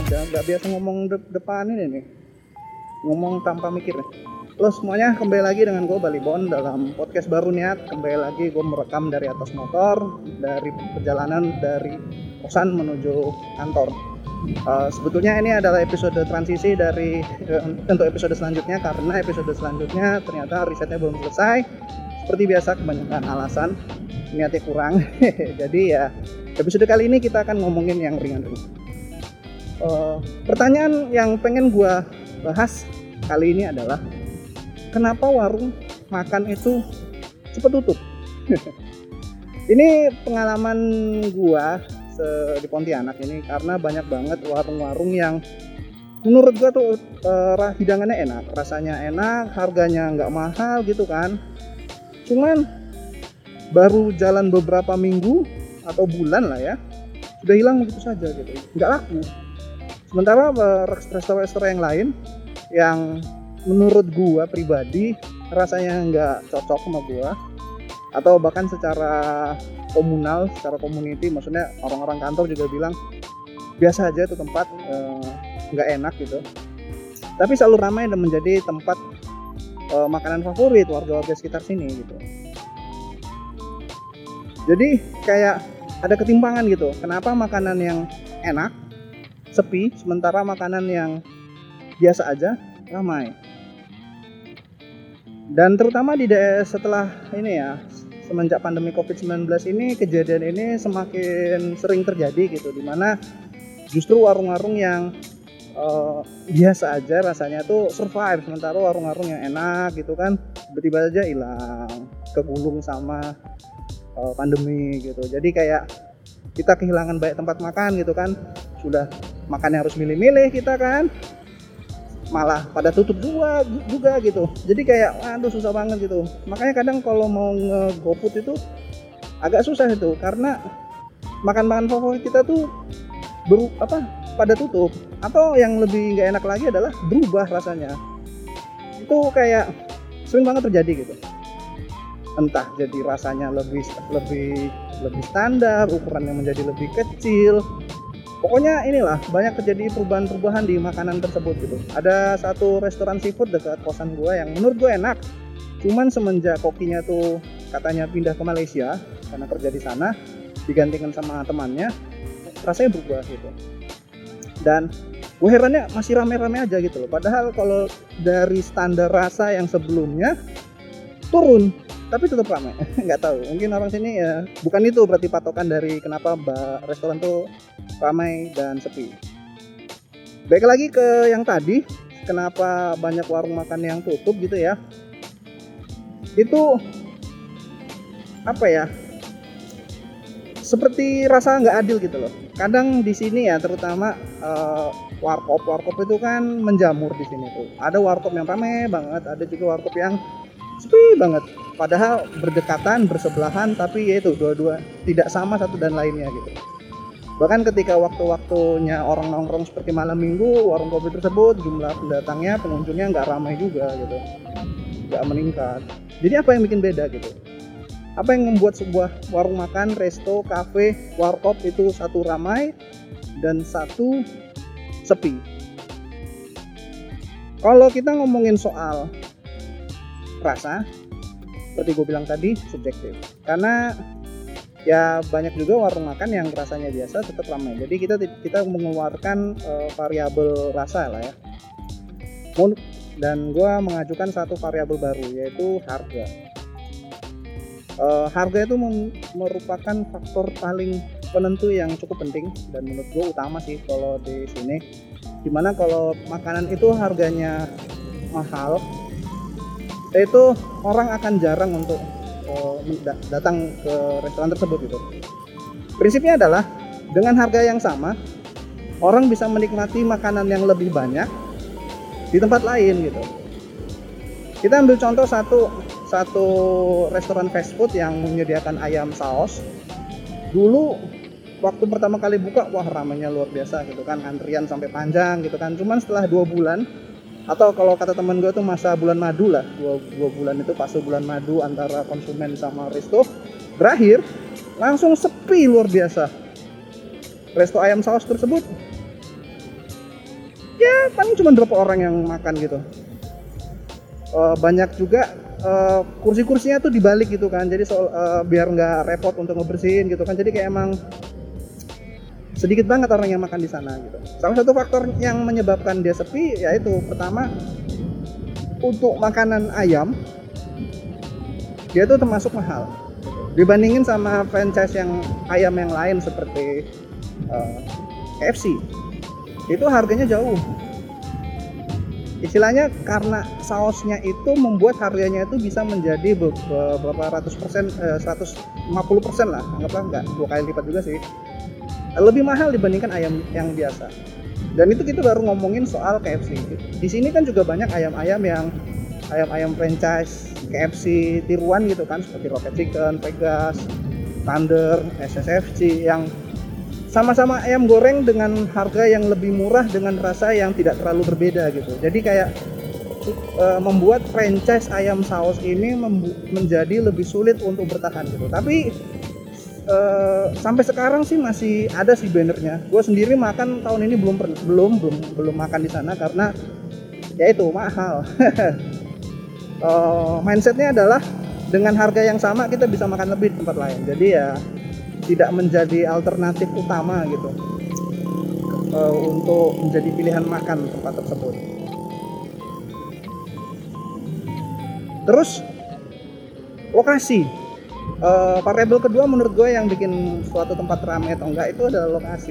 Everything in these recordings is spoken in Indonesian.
nggak biasa ngomong depan ini nih, ngomong tanpa mikir nih. Halo semuanya, kembali lagi dengan gue Balibon dalam podcast baru Niat. Kembali lagi gue merekam dari atas motor, dari perjalanan dari kosan menuju kantor. Sebetulnya ini adalah episode transisi dari untuk episode selanjutnya, karena episode selanjutnya ternyata risetnya belum selesai. Seperti biasa kebanyakan alasan, niatnya kurang. Jadi ya episode kali ini kita akan ngomongin yang ringan-ringan. Pertanyaan yang pengen gue bahas kali ini adalah, kenapa warung makan itu cepat tutup? Ini pengalaman gua di Pontianak ini, karena banyak banget warung-warung yang menurut gua tuh hidangannya enak, rasanya enak, harganya nggak mahal gitu kan. Cuman baru jalan beberapa minggu atau bulan lah ya, sudah hilang begitu saja gitu, nggak laku. Sementara restoran-restoran yang lain yang menurut gua pribadi rasanya nggak cocok sama gua, atau bahkan secara komunal, secara community, maksudnya orang-orang kantor juga bilang biasa aja itu tempat, nggak enak gitu, tapi selalu ramai dan menjadi tempat makanan favorit warga-warga sekitar sini gitu. Jadi kayak ada ketimpangan gitu, kenapa makanan yang enak sepi, sementara makanan yang biasa aja ramai. Dan terutama setelah ini ya, semenjak pandemi COVID-19 ini, kejadian ini semakin sering terjadi gitu, dimana justru warung-warung yang biasa aja rasanya tuh survive, sementara warung-warung yang enak gitu kan tiba-tiba aja hilang, kegulung sama pandemi gitu. Jadi kayak kita kehilangan banyak tempat makan gitu kan, sudah makannya harus milih-milih kita kan, malah pada tutup juga gitu. Jadi kayak aduh susah banget gitu. Makanya kadang kalau mau nge-GoFood itu agak susah itu, karena makan-makan favorit kita tuh pada tutup, atau yang lebih nggak enak lagi adalah berubah rasanya. Itu kayak sering banget terjadi gitu. Entah jadi rasanya lebih standar, ukurannya menjadi lebih kecil. Pokoknya inilah, banyak terjadi perubahan-perubahan di makanan tersebut gitu. Ada satu restoran seafood dekat kosan gue yang menurut gue enak, cuman semenjak kokinya tuh katanya pindah ke Malaysia karena kerja di sana, digantikan sama temannya, rasanya berubah gitu. Dan gue herannya masih rame-rame aja gitu loh. Padahal kalau dari standar rasa yang sebelumnya turun, tapi tetap ramai. Nggak tahu, mungkin orang sini ya bukan itu berarti patokan dari kenapa restoran tuh ramai dan sepi. Baik lagi ke yang tadi, kenapa banyak warung makan yang tutup gitu ya. Itu apa ya, seperti rasa nggak adil gitu loh. Kadang di sini ya, terutama warkop itu kan menjamur di sini tuh. Ada warkop yang ramai banget, ada juga warkop yang sepi banget, padahal berdekatan, bersebelahan, tapi yaitu dua-dua tidak sama satu dan lainnya gitu. Bahkan ketika waktu-waktunya orang nongkrong seperti malam minggu, warung kopi tersebut jumlah pendatangnya, pengunjungnya nggak ramai juga gitu, nggak meningkat. Jadi apa yang bikin beda gitu? Apa yang membuat sebuah warung makan, resto, kafe, warkop itu satu ramai dan satu sepi? Kalau kita ngomongin soal rasa, seperti gue bilang tadi, subjektif. Karena ya banyak juga warung makan yang rasanya biasa tetap ramai. Jadi kita mengeluarkan variabel rasa lah ya. Dan gue mengajukan satu variabel baru, yaitu harga. Harga itu merupakan faktor paling penentu yang cukup penting dan menurut gue utama sih kalau di sini. Dimana kalau makanan itu harganya mahal, itu orang akan jarang untuk datang ke restoran tersebut gitu. Prinsipnya adalah dengan harga yang sama, orang bisa menikmati makanan yang lebih banyak di tempat lain gitu. Kita ambil contoh satu restoran fast food yang menyediakan ayam saus. Dulu waktu pertama kali buka, wah ramainya luar biasa gitu kan, antrian sampai panjang gitu kan. Cuman setelah 2 bulan, atau kalau kata teman gue tuh masa bulan madu lah, 2 bulan itu fase bulan madu antara konsumen sama resto, berakhir langsung sepi luar biasa. Resto ayam saus tersebut ya paling cuma berapa orang yang makan gitu. Banyak juga kursi-kursinya tuh dibalik gitu kan, jadi biar nggak repot untuk ngebersihin gitu kan, jadi kayak emang sedikit banget orang yang makan di sana gitu. Salah satu faktor yang menyebabkan dia sepi yaitu pertama, untuk makanan ayam dia tuh termasuk mahal dibandingin sama franchise yang ayam yang lain seperti KFC. Itu harganya jauh, istilahnya karena sausnya itu membuat harganya itu bisa menjadi beberapa ratus persen, 150% lah, anggaplah, enggak 2 kali lipat juga sih, lebih mahal dibandingkan ayam yang biasa. Dan itu kita baru ngomongin soal KFC. Di sini kan juga banyak ayam-ayam yang ayam franchise KFC tiruan gitu kan, seperti Rocket Chicken, Vegas, Thunder, SSFC, yang sama-sama ayam goreng dengan harga yang lebih murah dengan rasa yang tidak terlalu berbeda gitu. Jadi kayak membuat franchise ayam saus ini menjadi lebih sulit untuk bertahan gitu. Tapi sampai sekarang sih masih ada sih bannernya. Gue sendiri makan tahun ini belum makan di sana karena ya itu mahal. Mindsetnya adalah dengan harga yang sama kita bisa makan lebih di tempat lain. Jadi ya tidak menjadi alternatif utama gitu untuk menjadi pilihan makan tempat tersebut. Terus lokasi, variabel kedua menurut gue yang bikin suatu tempat ramai atau enggak itu adalah lokasi.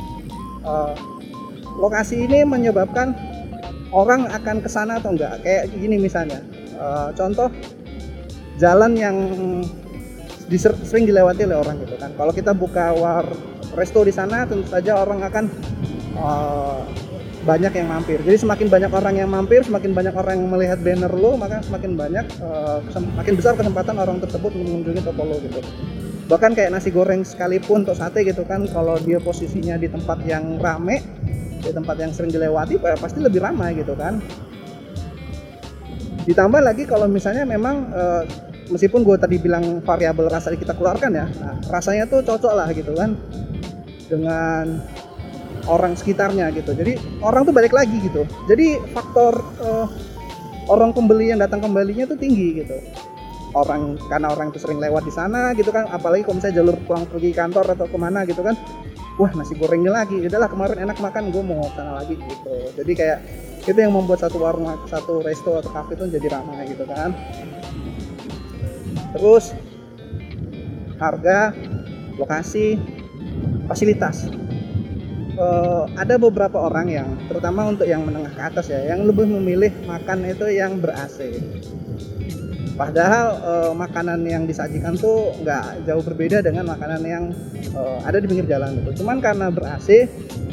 Lokasi ini menyebabkan orang akan kesana atau enggak. Kayak gini misalnya, contoh jalan yang sering dilewati oleh orang gitu kan. Kalau kita buka resto di sana, tentu saja orang akan banyak yang mampir. Jadi semakin banyak orang yang mampir, semakin banyak orang yang melihat banner lo, maka semakin besar kesempatan orang tersebut mengunjungi toko lo gitu. Bahkan kayak nasi goreng sekalipun atau sate gitu kan, kalau dia posisinya di tempat yang rame, di tempat yang sering dilewati, pasti lebih ramai gitu kan. Ditambah lagi kalau misalnya memang meskipun gue tadi bilang variabel rasa kita keluarkan ya, nah, rasanya tuh cocok lah gitu kan dengan orang sekitarnya gitu. Jadi orang tuh balik lagi gitu. Jadi faktor orang pembeli yang datang kembalinya tuh tinggi gitu. Karena orang itu sering lewat di sana gitu kan, apalagi kalau misalnya jalur pulang pergi kantor atau kemana gitu kan, wah nasi gorengnya lagi, udahlah kemarin enak makan, gue mau sana lagi gitu. Jadi kayak itu yang membuat satu warung, satu resto atau cafe itu jadi ramai gitu kan. Terus harga, lokasi, fasilitas. Ada beberapa orang yang, terutama untuk yang menengah ke atas ya, yang lebih memilih makan itu yang ber-AC. Padahal makanan yang disajikan tuh nggak jauh berbeda dengan makanan yang ada di pinggir jalan gitu. Cuman karena ber-AC,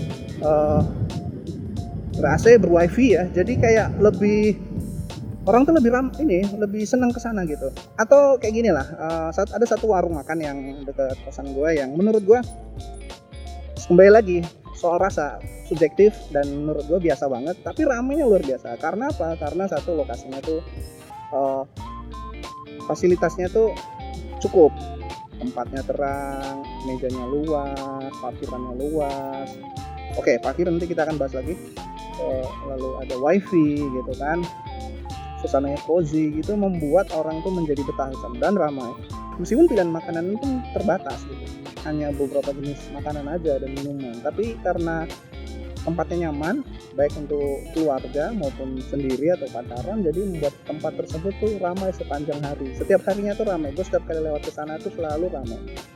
ber-wifi ya, jadi kayak orang tuh lebih senang ke sana gitu. Atau kayak gini lah, ada satu warung makan yang dekat kosan gue yang menurut gue kembali lagi soal rasa subjektif dan menurut gue biasa banget, tapi ramenya luar biasa. Karena apa? Karena satu, lokasinya tuh fasilitasnya tuh cukup, tempatnya terang, mejanya luas, parkirannya luas. Oke, parkir nanti kita akan bahas lagi. Lalu ada wifi gitu kan, suasananya cozy gitu, membuat orang tuh menjadi betah dan ramai. Meskipun pilihan makanan itu terbatas gitu, hanya beberapa jenis makanan aja dan minuman, tapi karena tempatnya nyaman baik untuk keluarga maupun sendiri atau pacaran, jadi membuat tempat tersebut tuh ramai sepanjang hari. Setiap harinya tuh ramai. Gue setiap kali lewat ke sana tuh selalu ramai.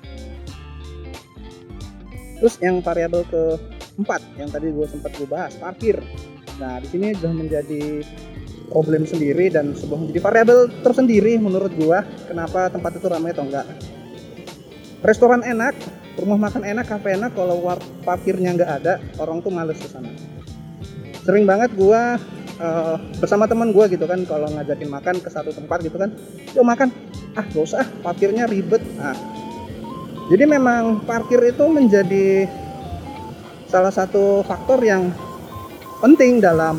Terus yang variabel keempat yang tadi gue sempat bahas, parkir. Nah di sini sudah menjadi problem sendiri dan sebuah menjadi variabel tersendiri menurut gua kenapa tempat itu ramai atau enggak. Restoran enak, rumah makan enak, kafe enak, kalau parkirnya nggak ada, orang tuh males ke sana. Sering banget gua bersama teman gua gitu kan, kalau ngajakin makan ke satu tempat gitu kan, yuk makan, gak usah, parkirnya ribet. Jadi memang parkir itu menjadi salah satu faktor yang penting dalam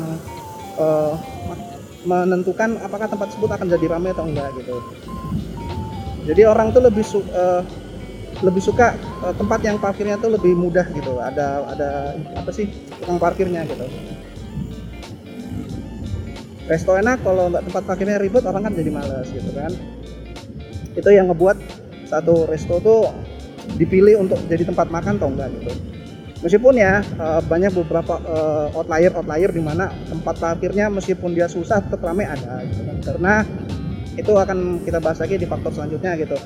menentukan apakah tempat tersebut akan jadi ramai atau enggak gitu. Jadi orang tuh lebih suka tempat yang parkirnya tuh lebih mudah gitu. Ada apa sih tukang parkirnya gitu. resto enak, kalau nggak tempat parkirnya ribet orang kan jadi males gitu kan. Itu yang ngebuat satu resto tuh dipilih untuk jadi tempat makan atau enggak gitu. Meskipun ya banyak beberapa outlier di mana tempat parkirnya meskipun dia susah tetap ramai ada gitu kan. Karena itu akan kita bahas lagi di faktor selanjutnya gitu.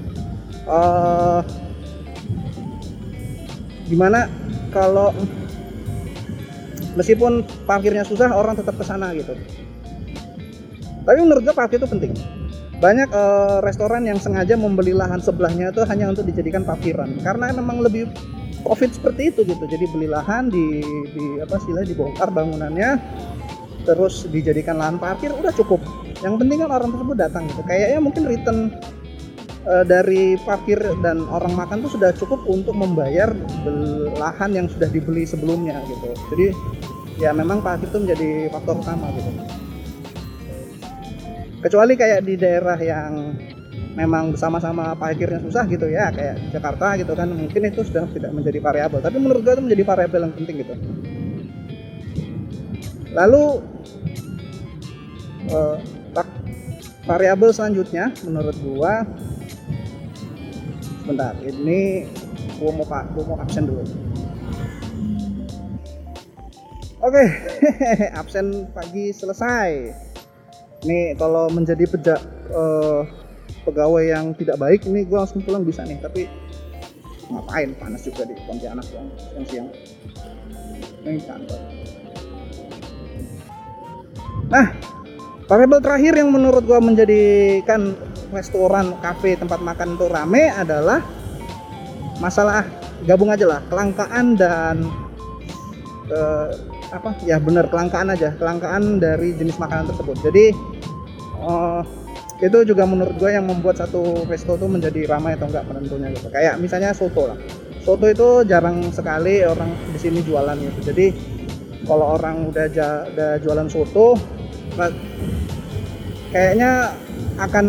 Gimana kalau meskipun parkirnya susah orang tetap ke sana gitu. Tapi menurut gue parkir itu penting. Banyak restoran yang sengaja membeli lahan sebelahnya itu hanya untuk dijadikan parkiran karena memang lebih profit seperti itu gitu. Jadi beli lahan di dibongkar bangunannya terus dijadikan lahan parkir udah cukup. Yang penting kan orang tersebut datang gitu. Kayaknya mungkin return dari parkir dan orang makan tuh sudah cukup untuk membayar lahan yang sudah dibeli sebelumnya gitu. Jadi ya memang parkir itu menjadi faktor utama gitu. Kecuali kayak di daerah yang memang bersama-sama parkirnya susah gitu ya, kayak di Jakarta gitu kan, mungkin itu sudah tidak menjadi variabel. Tapi menurut gue itu menjadi variabel yang penting gitu. Lalu variabel selanjutnya menurut gue, sebentar, ini gue mau absen dulu. Oke, absen pagi selesai. Nih kalau menjadi pegawai yang tidak baik ini gue langsung pulang bisa nih, tapi ngapain, panas juga di Pontianak siang-siang ini kantor. Nah, variabel terakhir yang menurut gue menjadikan restoran, kafe, tempat makan itu rame adalah masalah, gabung aja lah, kelangkaan dan kelangkaan dari jenis makanan tersebut. Jadi itu juga menurut gue yang membuat satu resto itu menjadi ramai atau enggak penentunya gitu. Kayak misalnya soto lah. Soto itu jarang sekali orang di sini jualan gitu. Jadi kalau orang udah jualan soto, kayaknya akan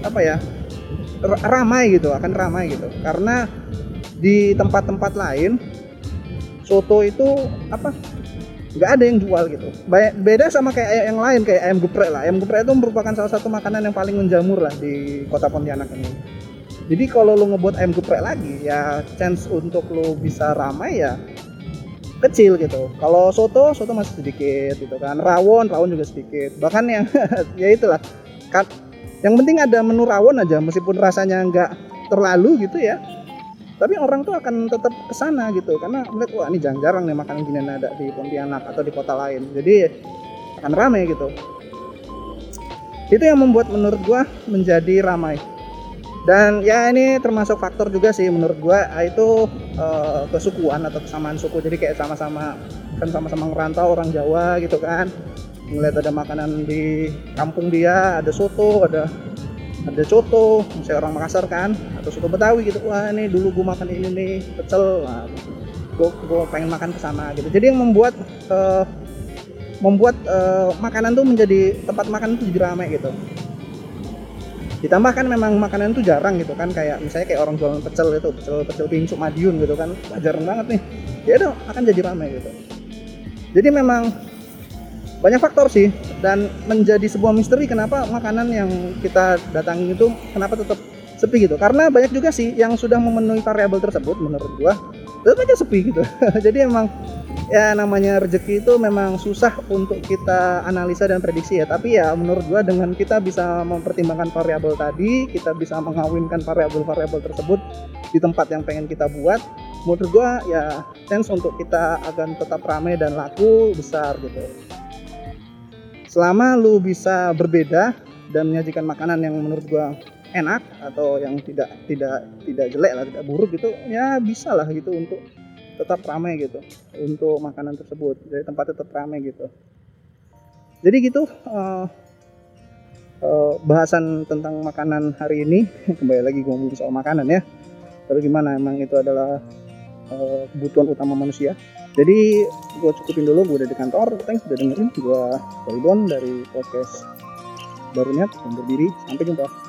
ramai gitu, Karena di tempat-tempat lain soto itu nggak ada yang jual gitu. Beda sama kayak yang lain, kayak ayam geprek lah. Ayam geprek itu merupakan salah satu makanan yang paling menjamur lah di kota Pontianak ini. Jadi kalau lo ngebuat ayam geprek lagi, ya chance untuk lo bisa ramai ya kecil gitu. Kalau soto masih sedikit gitu kan. Rawon juga sedikit. Bahkan yang ya itulah. Yang penting ada menu rawon aja, meskipun rasanya nggak terlalu gitu ya. Tapi orang tuh akan tetap kesana gitu, karena melihat wah ini jarang nih makanan gini ada di Pontianak atau di kota lain, jadi akan ramai gitu. Itu yang membuat menurut gua menjadi ramai. Dan ya ini termasuk faktor juga sih menurut gua, itu kesukuan atau kesamaan suku. Jadi kayak sama-sama ngerantau orang Jawa gitu kan, ngeliat ada makanan di kampung dia, ada soto, ada coto, misalnya orang Makassar kan, atau soto Betawi gitu. Wah ini dulu gue makan ini nih, pecel, nah, gue pengen makan kesana gitu. Jadi yang membuat makanan tuh menjadi, tempat makan itu jadi ramai gitu. Ditambah kan memang makanan tuh jarang gitu kan, kayak misalnya kayak orang jualan pecel itu, pecel pincuk Madiun gitu kan, wah jarang banget nih. Ya udah akan jadi ramai gitu. Jadi memang banyak faktor sih, dan menjadi sebuah misteri kenapa makanan yang kita datangi itu kenapa tetap sepi gitu. Karena banyak juga sih yang sudah memenuhi variabel tersebut menurut gua tetap aja sepi gitu. Jadi emang ya namanya rezeki itu memang susah untuk kita analisa dan prediksi ya. Tapi ya menurut gua dengan kita bisa mempertimbangkan variabel tadi, kita bisa mengawinkan variabel-variabel tersebut di tempat yang pengen kita buat, menurut gua ya chance untuk kita akan tetap ramai dan laku besar gitu. Selama lu bisa berbeda dan menyajikan makanan yang menurut gua enak atau yang tidak jelek lah, tidak buruk gitu, ya bisa lah gitu untuk tetap ramai gitu untuk makanan tersebut. Jadi tempat tetap ramai gitu. Jadi gitu bahasan tentang makanan hari ini. Kembali lagi ngomong soal makanan ya. Terus gimana, emang itu adalah kebutuhan utama manusia. Jadi gue cukupin dulu, gue udah di kantor. Thanks udah dengerin. Gue Ridwan dari podcast Baru Niat undur diri. Sampai jumpa.